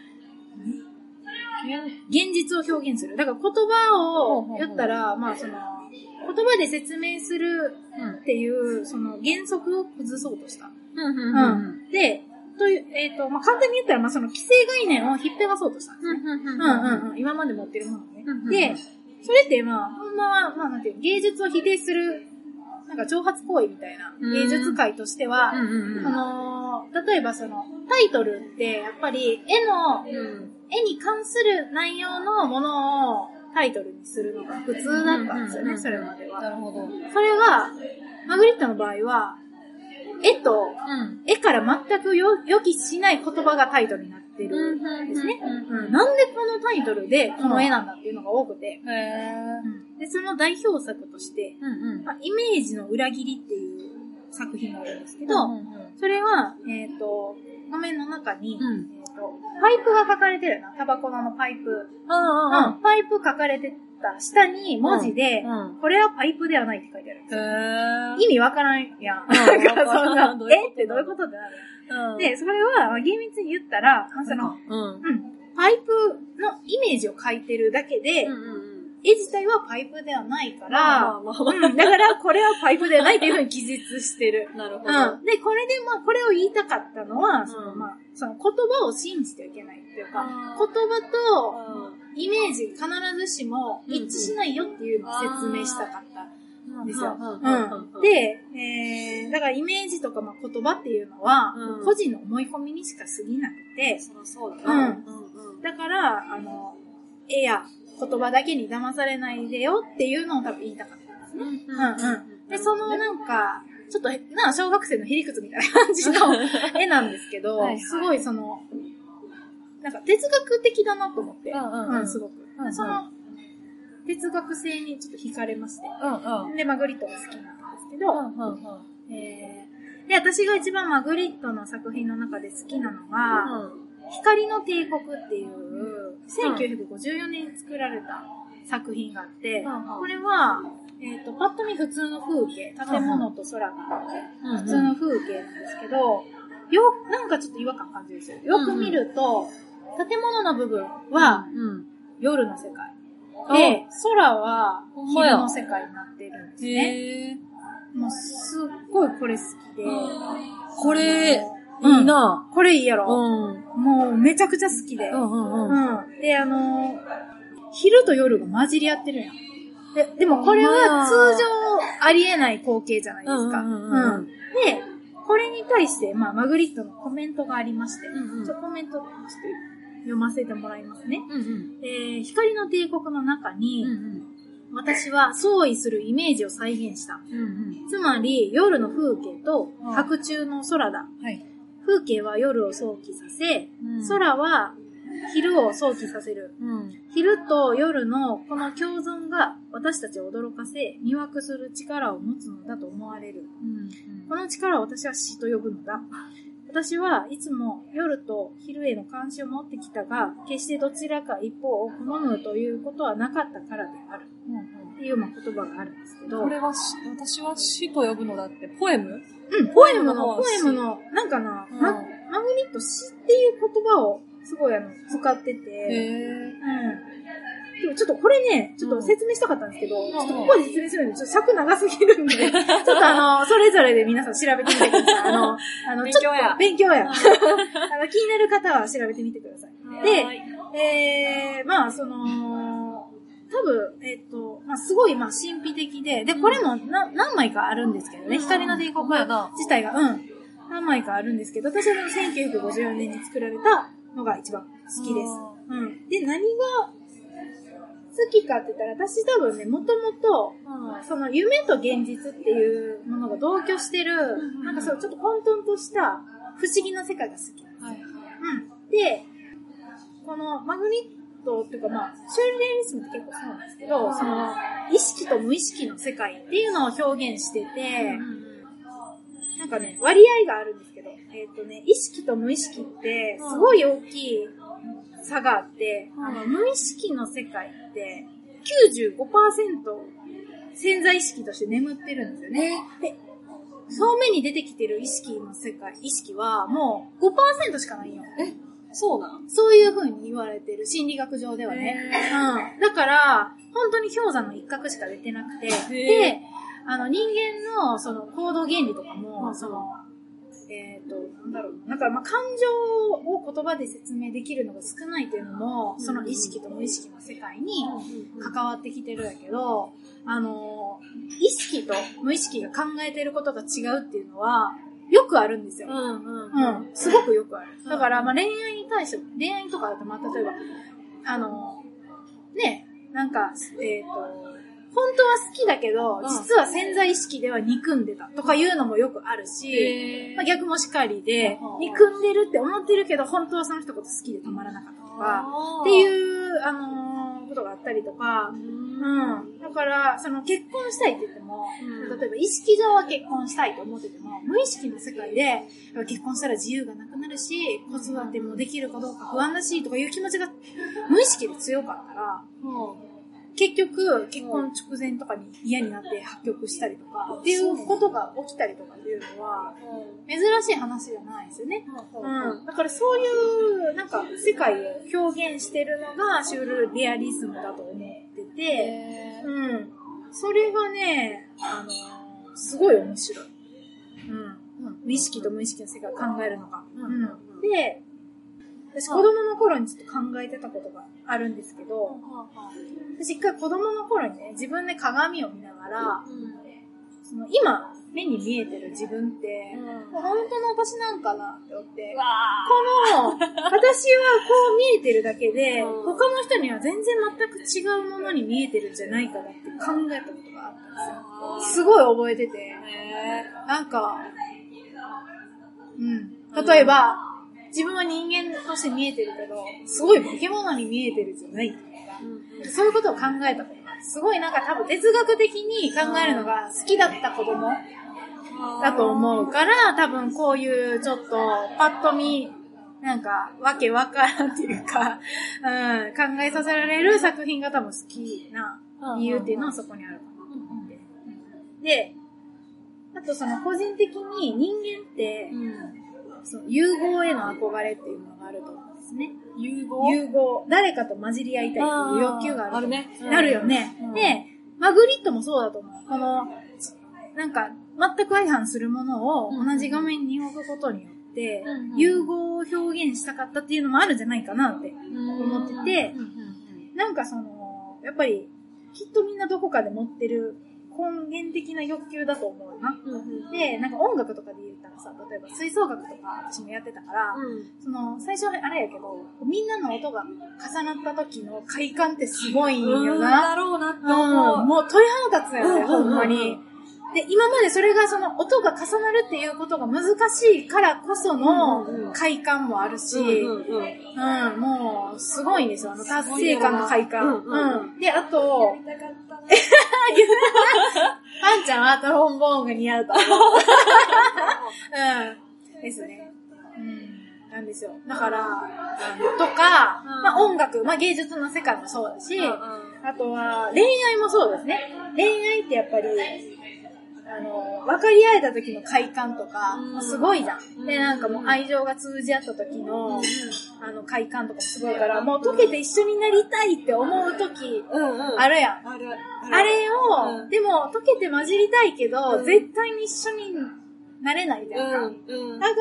A: 現実を表現する。だから言葉を言ったら、まあその、言葉で説明するっていう、その原則を崩そうとした。うん、で、という、えっ、ー、と、まあ簡単に言ったら、まあその既成概念を引っぺがそうとしたんですね。うんうんうん。今まで持ってるものね。で、それってまあ、ほんまは、まあなんていう、芸術を否定する、なんか挑発行為みたいな芸術界としては、うんうんうん、あのー、例えばそのタイトルってやっぱり絵の、うん、絵に関する内容のものをタイトルにするのが普通だったんですよね、うんうんうん、それまでは。なるほど。それが、マグリットの場合は、絵と、うん、絵から全く予期しない言葉がタイトルになってるんですね。なんでこのタイトルでこの絵なんだっていうのが多くて。うん、で、その代表作として、うんうんまあ、イメージの裏切りっていう作品があるんですけど、うんうんうん、それは、えっ、ー、と、画面の中に、うんえーと、パイプが書かれてるな。タバコのパイプ。うんうん、パイプ書かれてた下に文字で、うんうん、これはパイプではないって書いてあるんですよ。へー意味わからんやん。だからそんな、えってどういうことってなる、うん、で、それは厳密に言ったら、その、うんうん、パイプのイメージを書いてるだけで、うんうんうん絵自体はパイプではないから、まあまあまあうん、だからこれはパイプではないっていうふうに記述してる。なるほど。うん。で、これでまあこれを言いたかったのは、うん、そのまあ、その言葉を信じてはいけないっていうか、言葉とイメージ必ずしも一致しないよっていうのを説明したかったんですよ。うん。で、えー、だからイメージとかまあ言葉っていうのは、うん、個人の思い込みにしか過ぎなくて、そりゃそうだな。うん。だから、あの、絵や、言葉だけに騙されないでよっていうのを多分言いたかったんですね。うんうん。で、そのなんか、ちょっと、な、小学生のへりくつみたいな感じの絵なんですけど、はいはい、すごいその、なんか哲学的だなと思って、うんうんうん、すごく。うんうん、その、哲学性にちょっと惹かれまして、うんうん、で、マグリットが好きなんですけど、うんうんうんえー、で、私が一番マグリットの作品の中で好きなのが、うん光の帝国っていう、せんきゅうひゃくごじゅうよねんに作られた作品があって、うん、これは、えっと、パッと見普通の風景、建物と空があって、普通の風景なんですけど、よ、なんかちょっと違和感感じるんですよ。よく見ると、建物の部分は夜の世界。で、空は昼の世界になってるんですね。もうすっごいこれ好きで、
B: これ、いいな、
A: うん、これいいやろ、うん、もうめちゃくちゃ好きで、うんうんうんうん、で、あのー、昼と夜が混じり合ってるやん。 で、でもこれは通常ありえない光景じゃないですか。うんうんうんうん、で、これに対して、まあ、マグリットのコメントがありまして、うんうん、ちょっとコメントを読ませてもらいますね。うんうん、で、光の帝国の中に、うんうん、私は相違するイメージを再現した。うんうん、つまり、夜の風景と白昼の空だ。はい、風景は夜を想起させ、うん、空は昼を想起させる、うん。昼と夜のこの共存が私たちを驚かせ、魅惑する力を持つのだと思われる。うんうん、この力を私は死と呼ぶのだ。私はいつも夜と昼への関心を持ってきたが、決してどちらか一方を好むということはなかったからである。うんうん、っていうまあ言葉があるんですけど。
B: これは私は死と呼ぶのだってポエム？
A: うん、ポエムの、ポエムの、なんかな、うん、マ, マグリット死っていう言葉をすごいあの、使ってて、へー、うん。でもちょっとこれね、ちょっと説明したかったんですけど、うん、ちょっとここで説明するんで、ちょっと尺長すぎるんで、ちょっとあの、それぞれで皆さん調べてみてください。あの、あの、
B: 勉強や。
A: 勉強や。あの、気になる方は調べてみてください。で、えー、まあ、その、多分、えっと、まあ、すごい、まあ、神秘的で、で、これもな何枚かあるんですけどね、うん、光の帝国自体が、うん、何枚かあるんですけど、私はせんきゅうひゃくごじゅうよねんに作られたのが一番好きです。うん。で、何が好きかって言ったら、私多分ね、もともと、その夢と現実っていうものが同居してる、うん、なんかそう、ちょっと混沌とした不思議な世界が好き。はい。うん。で、このマグリットっていうかまあ、シュールレアリスムって結構そうなんですけど、その、意識と無意識の世界っていうのを表現してて、うんなんかね、割合があるんですけど、えっとね、意識と無意識ってすごい大きい差があって、うん、あの無意識の世界ってきゅうじゅうごパーセント潜在意識として眠ってるんですよね。で、表面に出てきてる意識の世界、意識はもう ごパーセント しかないよ。
B: え、そうなん？
A: そういう風に言われてる、心理学上ではね。うん。だから、本当に氷山の一角しか出てなくて、で、あの、人間の、その、行動原理とかも、その、えっと、なんだろう。だから、まあ、感情を言葉で説明できるのが少ないというのも、その意識と無意識の世界に関わってきてるんやけど、あの、意識と無意識が考えてることが違うっていうのは、よくあるんですよ。うん、うん。うん。すごくよくある。だから、まあ、恋愛に対して、恋愛とかだと、まあ、例えば、あの、ね、なんか、えっと、本当は好きだけど、実は潜在意識では憎んでたとかいうのもよくあるし、まあ、逆もしかりで、憎んでるって思ってるけど、本当はその人のこと好きでたまらなかったとか、っていう、あのー、ことがあったりとか、うん。だから、その結婚したいって言っても、例えば意識上は結婚したいと思ってても、無意識の世界で、結婚したら自由がなくなるし、子育てもできるかどうか不安だし、とかいう気持ちが無意識で強かったら、結局、結婚直前とかに嫌になって破局したりとか、っていうことが起きたりとかっていうのは、珍しい話じゃないですよね。うん。だからそういう、なんか、世界を表現してるのが、シュールレアリスムだと思ってて、うん。それがね、あの、すごい面白い。うん。無意識と無意識の世界を考えるのが。うん。で、私子供の頃にちょっと考えてたことがあるんですけど、私一回子供の頃にね、自分で鏡を見ながら、その今、目に見えてる自分って、うん、本当の私なんかなって思って、この、私はこう見えてるだけで、うん、他の人には全然全く違うものに見えてるんじゃないかなって考えたことがあったんですよ。すごい覚えてて、なんか、うん。例えば、自分は人間として見えてるけど、すごい化け物に見えてるじゃないとか、うん、そういうことを考えたことがすごいなんか多分哲学的に考えるのが好きだった子供だと思うから、多分こういうちょっとパッと見、なんかわけわからんっていうか、うん、考えさせられる作品が多分好きな理由っていうのはそこにあるかなと思って。で、あとその個人的に人間って、うんその融合への憧れっていうのがあると思うんですね。
B: 融合
A: 融合。誰かと混じり合いたいっていう欲求がある。
B: あるね。
A: なるよね、うん。で、マグリットもそうだと思う。この、なんか、全く相反するものを同じ画面に置くことによって、うんうん、融合を表現したかったっていうのもあるんじゃないかなって思ってて、うんうん、なんかその、やっぱり、 きっとみんなどこかで持ってる根源的な欲求だと思うな。うんうん、で、なんか音楽とかで言ったらさ、例えば吹奏楽とか私もやってたから、うん、その、最初あれやけど、みんなの音が重なった時の快感ってすごいんよな。うん、
B: だろうなって思う。
A: うん、もう鳥肌立つよね、ほんまに。で、今までそれがその音が重なるっていうことが難しいからこその快感もあるし、うんうんうんうん、もうすごいんですよ、あの達成感の快感。うんうんうん、で、あと、パンちゃんはトロンボーンが似合うと思う。うん。ですね。うん。なんですよ。だから、あの、とか、うん、まあ音楽、まあ芸術の世界もそうだし、うんうん、あとは恋愛もそうですね。恋愛ってやっぱり、あの、分かり合えた時の快感とか、うん、すごいじゃん。で、なんかもう愛情が通じ合った時の、うん、あの、快感とかもすごいから、もう溶けて一緒になりたいって思う時、あるやん。ある。あれを、うん、でも溶けて混じりたいけど、うん、絶対に一緒になれないみたいな。うんうん、だから、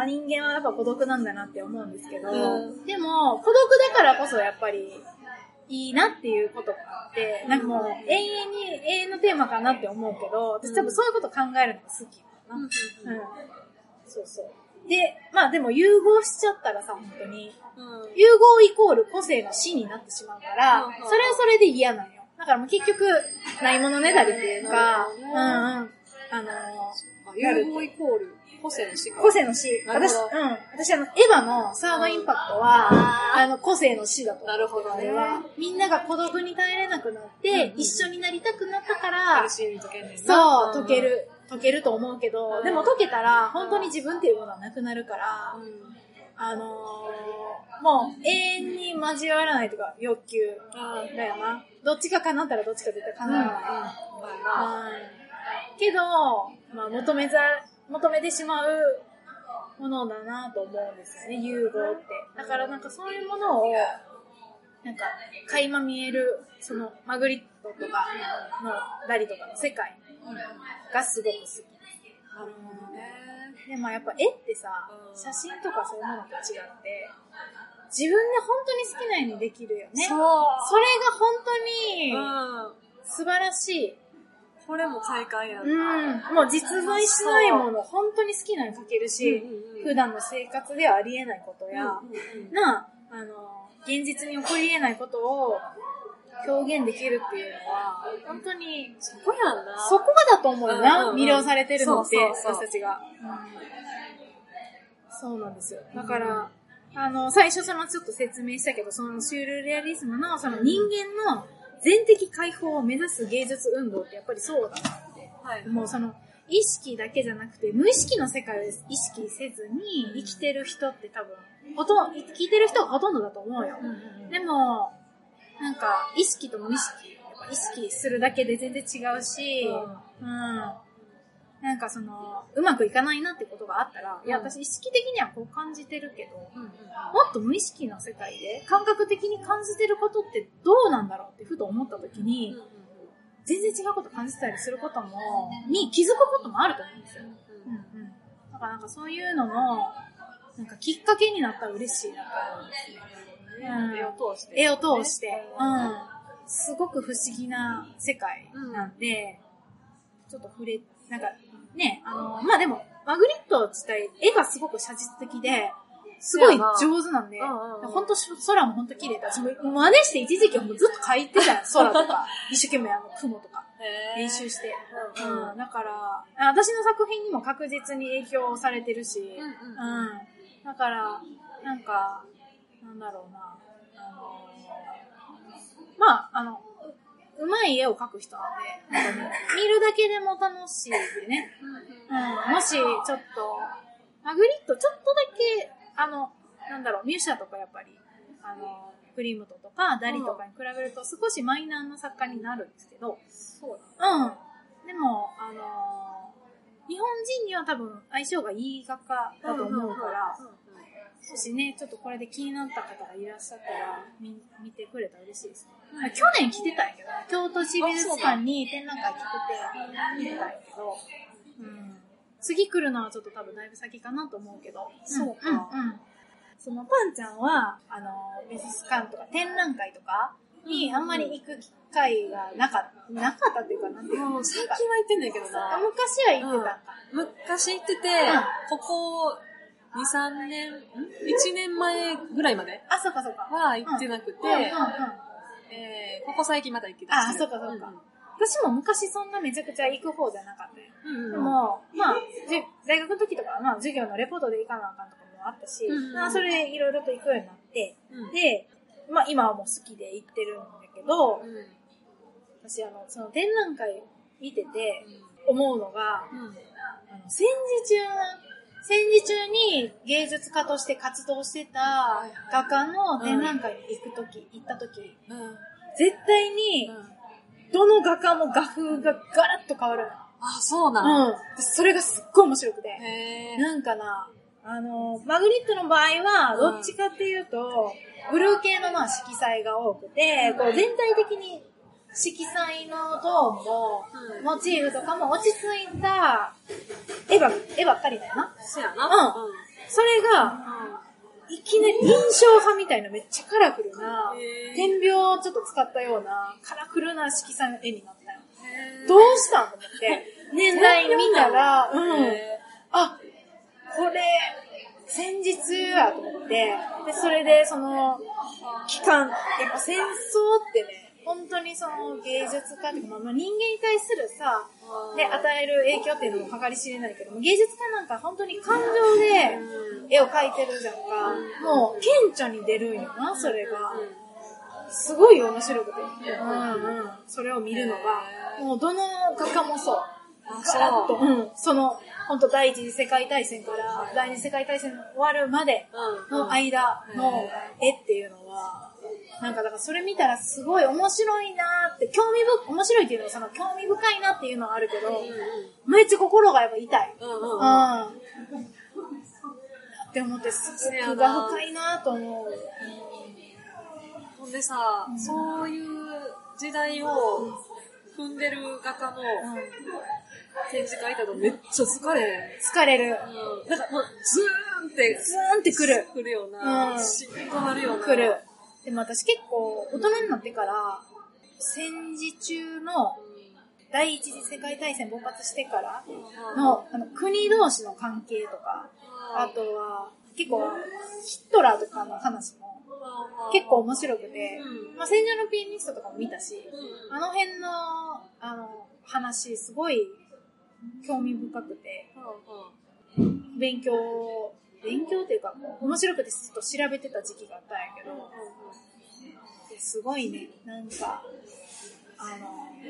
A: 人間はやっぱ孤独なんだなって思うんですけど、うん、でも、孤独だからこそやっぱり、いいなっていうことがあって、なんかもう永遠に永遠のテーマかなって思うけど、私多分そういうこと考えるのが好きかな。うん。うん、そうそう。で、まあでも融合しちゃったらさ、本当に、うん、融合イコール個性の死になってしまうから、うん、それはそれで嫌なんよ。だからもう結局、ないものねだりっていうか、うんうん。あの
B: ー、融合イコール個性の死か。
A: 個性の死。私、うん。私あの、エヴァのサードインパクトは、あ, あの、個性の死だと思う。
B: なるほどね。
A: みんなが孤独に耐えれなくなって、うんうん、一緒になりたくなったから、
B: 苦しみ解けんねん
A: な。そう、解ける。解けると思うけど、でも解けたら、本当に自分っていうものはなくなるから、うん、あのー、もう永遠に交わらないとか、欲求だよな。どっちか叶ったらどっちか絶対叶わない。うんうんうん、けど、まあ、求めざ、求めてしまうものだなと思うんですよね、融合って。だからなんかそういうものを、なんか、垣間見える、その、マグリットとかの、ダリとかの世界がすごく好き。なるほどね。でもやっぱ絵ってさ、写真とかそういうものと違って、自分で本当に好きなようにできるよね。そう。それが本当に、素晴らしい。
B: これも快感やん。
A: うん。もう実在しないもの、本当に好きなの描けるし、うんうんうん、普段の生活ではありえないことや、うんうんうん、な、あの、現実に起こり得ないことを表現できるっていうのは、本当に、
B: そこやんな。
A: そこがだと思うよな、うんうんうん、魅了されてるのって、そうそうそう私たちが、うん。そうなんですよ。だから、うん、あの、最初そのちょっと説明したけど、そのシュールレアリズムのその人間の全的解放を目指す芸術運動ってやっぱりそうだなって。はい、もうその、意識だけじゃなくて、無意識の世界を意識せずに生きてる人って多分、ほとんど、聞いてる人がほとんどだと思うよ。うんうんうん、でも、なんか、意識と無意識、やっぱ意識するだけで全然違うし、うん。うん、なんかその、うまくいかないなってことがあったら、うん、いや、私意識的にはこう感じてるけど、うんうんうん、もっと無意識の世界で感覚的に感じてることってどうなんだろうってふと思った時に、うんうん、全然違うこと感じたりすることも、に気づくこともあると思うんですよ。うんうん。だからなんかそういうのの、なんかきっかけになったら嬉しいなと思うんですよ。うん、
B: 絵を通して、
A: ね。絵を通して。うん。すごく不思議な世界なんで、うん、ちょっと触れ、なんかね、あの、まあでも、マグリット自体、絵がすごく写実的で、すごい上手なんで、ほんと空もほんと綺麗だし、真似して一時期もずっと描いてたよ、空とか、一生懸命あの雲とか、練習して。うんうん、だから、私の作品にも確実に影響されてるし、うんうんうん、だから、なんか、なんだろうな、あのー、まあ、あの、うまい絵を描く人なんで、本当に見るだけでも楽しいでね。うん、もし、ちょっと、マグリットちょっとだけ、あの、なんだろう、ミュシャとかやっぱり、あの、クリムトとかダリとかに比べると少しマイナーな作家になるんですけど、そうだ、うん。でも、あのー、日本人には多分相性がいい画家だと思うから、もしね、ちょっとこれで気になった方がいらっしゃったら、見、見てくれたら嬉しいですね。うん、去年来てたんやけど、京都市美術館に展覧会来てて、見てたんやけど、うん、次来るのはちょっと多分だいぶ先かなと思うけど、そうか。うんうん、そのパンちゃんは、あの、美術館とか展覧会とかにあんまり行く機会がなかった、なかったっていうかなんていうか。
B: もう最近は行ってんだけどな。
A: 昔は行ってたんか。
B: うん、昔行ってて、ここに、さんねん、ん ?いち 年前ぐらいまで
A: あ、そうかそうか。
B: は行ってなくて、うんうんうん、えー、ここ最近また行きだしてる。
A: あ、そうかそうか。うん、私も昔そんなめちゃくちゃ行く方じゃなかったよ。うんうん、でも、まあ、大学の時とかはまあ授業のレポートで行かなあかんとかもあったし、うんうん、まあ、それでいろいろと行くようになって、うん、で、まあ今はもう好きで行ってるんだけど、うん、私あの、その展覧会見てて思うのが、うん、あの戦時中、戦時中に芸術家として活動してた画家の展覧会に行くとき、行ったとき、うん、絶対に、どの画家も画風がガラッと変わる。
B: あ、そうなん、
A: うん。それがすっごい面白くて。へー。なんかな、あの、マグリットの場合は、どっちかっていうと、ブルー系のまあ色彩が多くて、こう全体的に色彩のトーンも、うん、モチーフとかも落ち着いた絵ば、絵ばっかりだよな。
B: そうやな。
A: うん。それが、うん、いきなり印象派みたいなめっちゃカラフルな、点描をちょっと使ったようなカラフルな色彩の絵になったよ。どうしたんと思って、年代見たら、うん。あ、これ、戦時中やと思って、で、それでその、期間、やっぱ戦争ってね、本当にその芸術家というか、まあ、人間に対するさ、で、与える影響っていうのも計り知れないけども、芸術家なんか本当に感情で絵を描いてるじゃんか。もう、顕著に出るんよな、それが。すごい面白くて。うんうん。それを見るのが、もうどの画家もそう。ガラッと、うん。その、本当第一次世界大戦から第二次世界大戦終わるまでの間の絵っていうのは、なんかだからそれ見たらすごい面白いなーって、興味深い、面白いっていうのはその興味深いなっていうのはあるけど、うんうん、めっちゃ心がやっぱ痛い。うんうんうん。うん、って思って、すごくが深いなと思う。
B: ほんでさ、うん、そういう時代を踏んでる画家の展示会だとめっちゃ疲れる。
A: 疲れる。
B: うん。なんかもうズーンって、
A: ズーンってくる。
B: くるような。うん。しんとなるような。
A: くる。でも私結構大人になってから、戦時中の第一次世界大戦勃発してからの、あの国同士の関係とか、あとは結構ヒットラーとかの話も結構面白くて、まあ、戦場のピアニストとかも見たし、あの辺のあの話すごい興味深くて、勉強勉強っていうか面白くてずっと調べてた時期があったんやけど、すごいね、なんかあの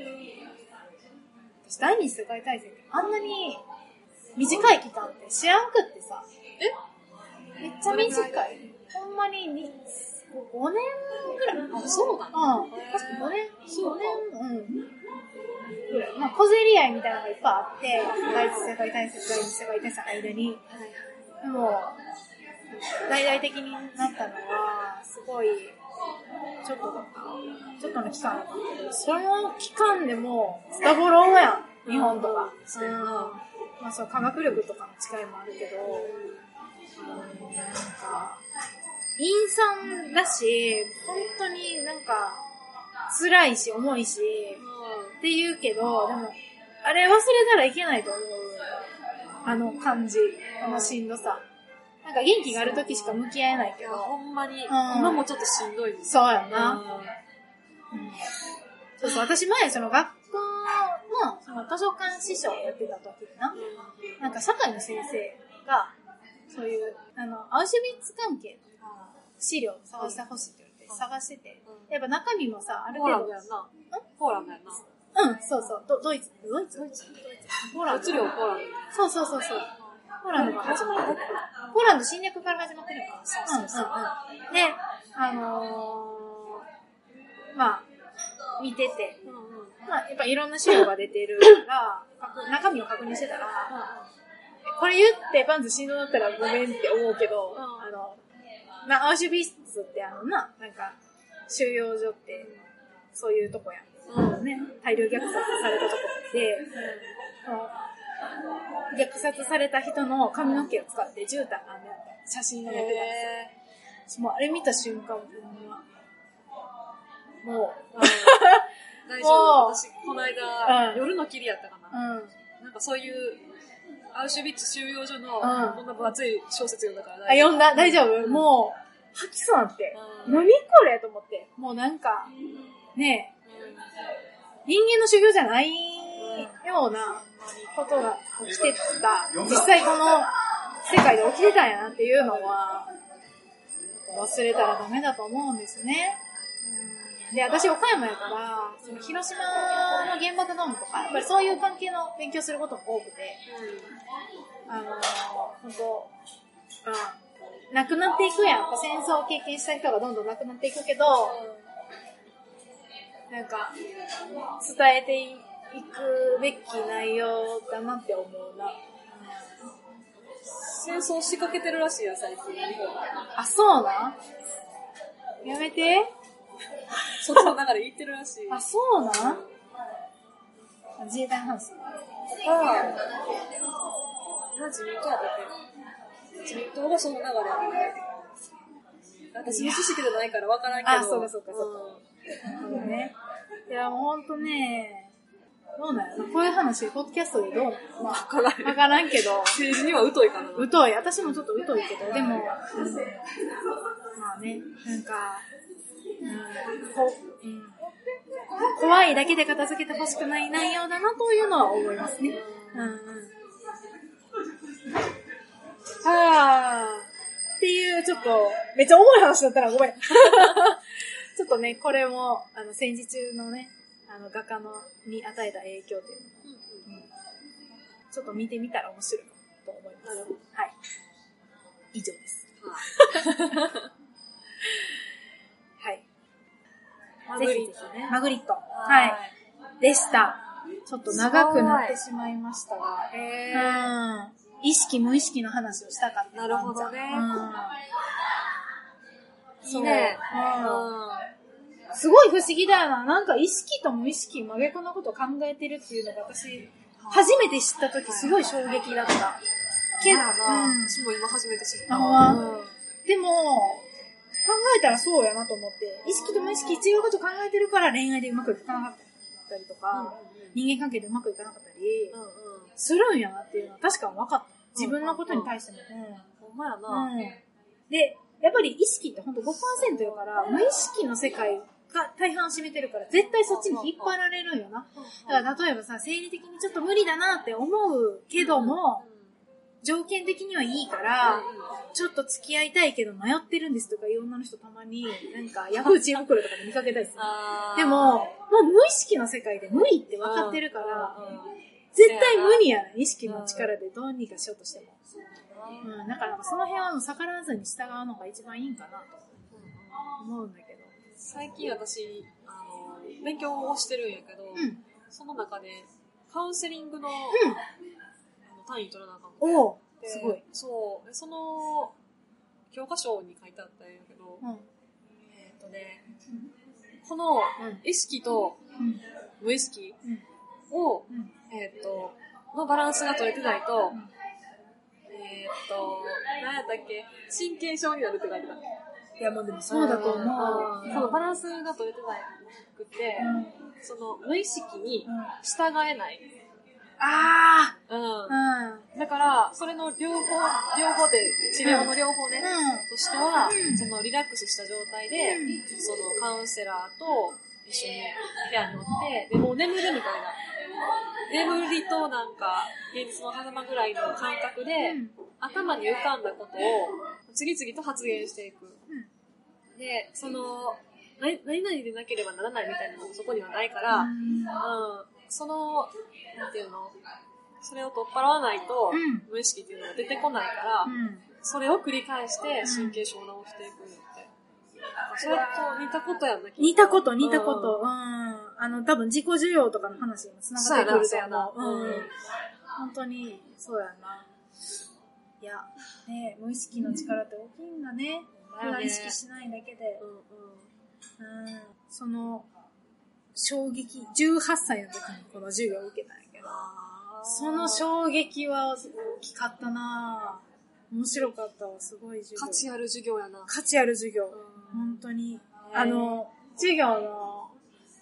A: 私第二次世界大戦ってあんなに短い期間って知らんくってさ、えめっちゃ短い、ほんまにごねんぐらい。
B: あ、そうなの？
A: うん。確かごねん、ごねん、うん。ぐらい。まあ、小競り合いみたいなのがいっぱいあって、第一次世界大戦、第二次世界大戦の間に。でも、大々的になったのは、すごい、ちょっと、ちょっとの期間だったけど、その期間でも、スタボローやん。日本とか。うん。まあ、そう、科学力とかの違いもあるけど、うん、なんか、陰惨だし、本当になんか、辛いし、重いし、うん、って言うけど、でも、あれ忘れたらいけないと思う。あの感じ、あのしんどさ。なんか元気がある時しか向き合えないけど。
B: ほんまに、うん、今もちょっとしんどいです。
A: そうやな。うんうん、そうそう、私前、その学校の、その図書館師匠をやってた時にな、うん、なんか社会の先生が、そういう、あの、アウシュビッツ関係の資料を探してほしいって言って、探してて、うん、やっぱ中身もさ、ある程度。
B: ポーランドやんな。ポーランドやんな。
A: うん、そうそう。ド, ドイツ、ドイツ、ドイツ、
B: ポーランド。物量ポーラン
A: ド。そうそうそうそう。ポーランドが始まってる。ポーランド侵略から始まってるから。
B: そうそうそう。
A: うんうん、で、あのー、まあ、見てて、うんうん、まあ、やっぱいろんな資料が出てるから、中身を確認してたら、うんうん、これ言ってパンツしんどなったらごめんって思うけど、うん、あの、まあ、アウシュビッツってあのな、なんか、収容所って、そういうとこやん。うん、ね、大量虐殺されたとこで、うん、虐殺された人の髪の毛を使って絨毯が編んであった写真が載ってたんですよ。もうあれ見た瞬間、 もう。
B: 大丈夫。私、この間、
A: うん、
B: 夜の霧やったかな。
A: うん。
B: なんかそういう、アウシュビッツ収容所の、
A: うん、
B: こんな分厚い小説読んだから
A: 大丈夫。あ、読んだ大丈夫、うん、もう、吐きそうなって。うん、何これと思って。もうなんか、ねえ、うん、人間の修行じゃないようなことが起きてた。実際この世界で起きてたんやなっていうのは、忘れたらダメだと思うんですね。うん、で、私岡山やから、その広島の原爆ドームとか、やっぱりそういう関係の勉強することも多くて、うん、あのー、本当、うん、亡くなっていくやん。戦争を経験した人がどんどん亡くなっていくけど、なんか、伝えていくべき内容だなって思うな。
B: 戦争仕掛けてるらしいよ、最近。
A: あ、そうなん？やめて。
B: そっちの流れ言ってるらしい。
A: あ、そうなん？自衛隊の話。ああ。
B: 自民党やったっけ？自民党がその流れやった。私の知識じゃないから分からんけど。
A: あ、そうかそうかそうか。うん、ね。いや、もうほんとね、どうなの？こういう話、ポッドキャストでどうなの？まあ、わからん。わからんけど。
B: 政治には疎いかな。
A: 疎い。私もちょっと疎いけど、でも、うん、まあね、なんか、うん、こうん、怖いだけで片付けてほしくない内容だなというのは思いますね。うんうん。はぁ、っていう、ちょっと、めっちゃ重い話だったらごめん。ちょっとね、これも、あの、戦時中のね、あの、画家の、に与えた影響っていうのを、うんうん、ちょっと見てみたら面白いと思います。はい。以上です。はい。
B: マグリットね。
A: マグリット。はい。でした。ちょっと長くなってしまいましたが。へー。うん。意識無意識の話をしたかった。
B: なるほどね。
A: うん。いいね。うん。すごい不思議だよな。なんか意識と無意識真逆のことを考えてるっていうのが私、初めて知ったときすごい衝撃だった。
B: けど、うん、私も今初めて知った。
A: あ、うん、でも、考えたらそうやなと思って、意識と無意識違うこと考えてるから恋愛でうまくいかなかったりとか、うん、人間関係でうまくいかなかったり、うんうん、するんやなっていうのは確かに分かった。自分のことに対しても。
B: ほんまやな、
A: うん。で、やっぱり意識ってほんと ごパーセント やから、無意識の世界が大半を占めてるから、絶対そっちに引っ張られるんよな。だから例えばさ、生理的にちょっと無理だなって思うけども、条件的にはいいから、ちょっと付き合いたいけど迷ってるんですとかいう女の人たまに、なんかヤフー知恵袋とかで見かけたりする。でも、もう無意識の世界で無理って分かってるから、絶対無理やな、意識の力でどうにかしようとしても。うん、だからその辺は逆らわずに従うのが一番いいんかなと思うんだけど。
B: 最近私、あの、勉強をしてるんやけど、うん、その中でカウンセリングの、うん、単位取らなあかんの。
A: おー、すごい。
B: そう。その、教科書に書いてあったんやけど、うん、えっとね、うん、この意識と無意識を、うん、えっと、のバランスが取れてないと、うん、えっと、何やったっけ、神経症になるって書いてた。
A: いや、もうでもそうだと思う。
B: そのバランスが取れてなくて、うん、その無意識に従えない。
A: ああ、
B: うん、だからそれの両方両方で治療の両方ね、うん、としては、うん、そのリラックスした状態で、うん、そのカウンセラーと一緒に部屋におってでもう眠るみたいな眠りとなんか現実の狭間ぐらいの感覚で、うん、頭に浮かんだことを次々と発言していく、うん、でその何々でなければならないみたいなのもそこにはないから、うんうん、そのなんていうのそれを取っ払わないと、うん、無意識っていうのが出てこないから、うん、それを繰り返して神経症を治していくって、うん、それと似たことやんな。
A: 似たこと似たこと、うん、あの多分自己需要とかの話にもつながってくると思う。うん、本当にそうやな。いやね無意識の力って大きいんだね。普段意識しないだけで、うんうんうん、その衝撃じゅうはっさいの時にこの授業を受けたんやけど、その衝撃は大きかったなぁ。面白かったわ、すごい授業。
B: 価値ある授業やな。
A: 価値ある授業。本当に。あの、授業の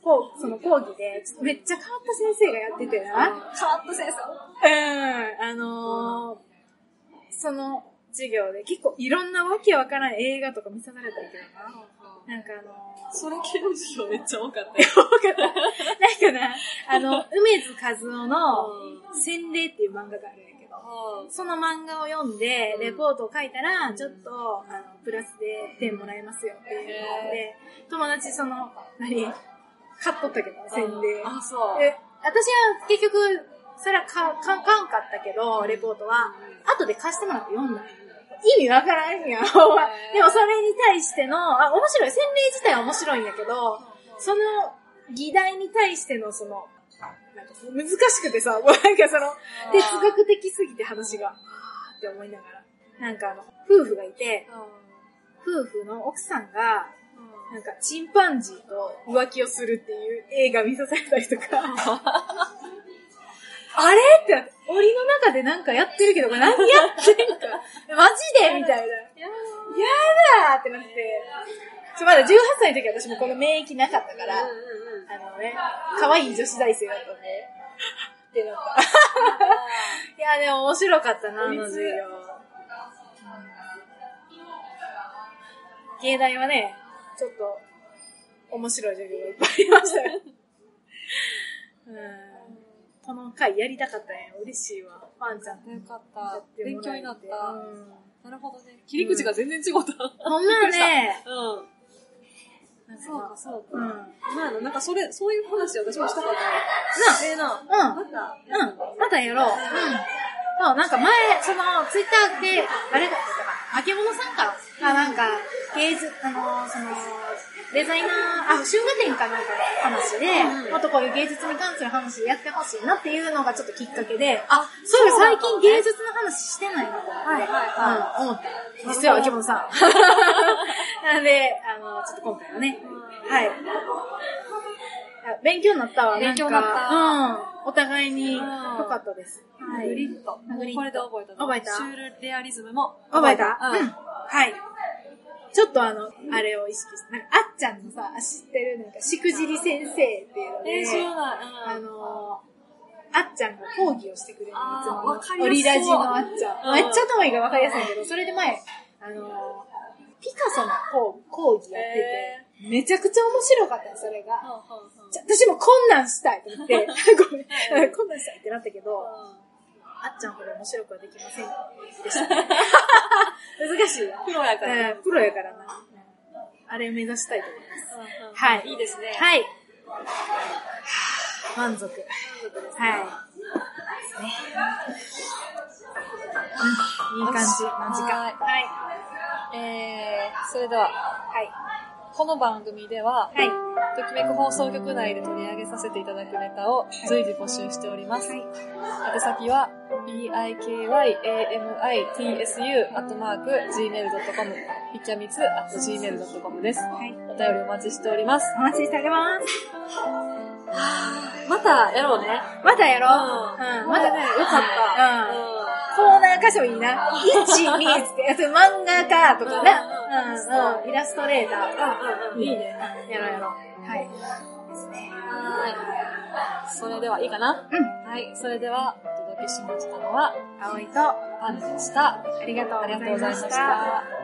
A: こう、その講義で、めっちゃ変わった先生がやっててな。
B: 変わった先
A: 生うん、あのー、その授業で結構いろんなわけわからん映画とか見させられたけどな。なんかあのー、
B: それ系の授業めっちゃ多かったよ。
A: 多かった。なんかな、あの、梅津和夫の洗礼っていう漫画があるんやけど、その漫画を読んで、レポートを書いたら、ちょっと、あの、プラスで点もらえますよっていうので、友達その、何買っとったけど、洗礼。
B: あ、そう。
A: で、私は結局、それはか、かんかんかったけど、レポートは、後で貸してもらって読んだ。意味わからんやん。でもそれに対しての、あ、面白い。洗礼自体は面白いんやけど、その議題に対してのその、なんか難しくてさ、もうなんかその、哲学的すぎて話が、はーって思いながら。なんかあの、夫婦がいて、夫婦の奥さんが、なんかチンパンジーと浮気をするっていう映画見させたりとか、あれってなって、檻の中でなんかやってるけど、これ何やってんかマジでみたいな。やだーってなって。ちょ、まだじゅうはっさいの時私もこの免疫なかったから、うんうんうん、あのね、可愛い女子大生だったんで、ってなった。いや、でも面白かったな、あの授業。芸大はね、ちょっと、面白い授業がいっぱいありましたよ。うんこの回やりたかったね。嬉しいわ。パンちゃんと。
B: よかった。勉強になった。うん、なるほどね。
A: 切り口が全然違った。ほんまね。
B: うん。そうか、そうか。うん。まあ、なんかそれ、そういう話私もしたかったね。な、ええな。
A: うん。またうん。またやろう。うん。そう、なんか前、その、ツイッターで、あれだったかな。あけものさんから、あ、なんか、芸術、あの、その、デザイナー、あ、春画展かなんかの話で、うん、もっとこういう芸術に関する話やってほしいなっていうのがちょっときっかけで、あ、そういえば最近芸術の話してないなと思って、はいはいはい、うん、思った。実は、秋元さん。なんで、あの、ちょっと今回はね、うん、はい。勉強になったわ。
B: 勉強になった。
A: うん。お互いに良かったです。
B: はい。グリッと。これで覚えた。
A: 覚えた。
B: シュールレアリズムも
A: 覚えた。うん。はい。ちょっとあの、あれを意識して、なんか、あっちゃんのさ、知ってるなんか、しくじり先生っていうので、
B: えー、知らない。
A: あの、あっちゃんが講義をしてくれるんですよ。オリラジのあっちゃん。めっちゃ頭いいから分かりやすいんだけど、それで前、あの、ピカソの講義やってて、めちゃくちゃ面白かったよ、それが。私もこんなんしたいと思って、ごめん、こんなんしたいってなったけど、あっちゃんほど面白くはできませんでした。難しい。
B: プロやから、
A: ね。プロやからな。あれ目指したいと思います。
B: うんうん、はい。いいですね。
A: はい。満足。満足です。はい。ですね。うん、いい感じの時間。はい。
B: えー、それでは、はい。この番組では、はい。ときめく放送局内で取り上げさせていただくネタを随時募集しております。はい。宛先は、ビーアイケーワイエーエムアイティーエスユー アットマーク ジーメールドットコム ピキャミツ アット ジーメールドットコム です。はい。お便りお待ちしております。
A: お待ちしております。
B: またやろうね。
A: またやろう。うん。うん、またね、よかった。うん。コーナー箇所いいな。いち、につって、漫画家とかな。うん、うん。イラストレーター。うん、うん。いいね。やろうやろう。はい。ですね。
B: はい。それではいいかな？うん。はい。それでは、お届けしましたのは、
A: 葵と
B: パンでした。
A: ありがとうございました。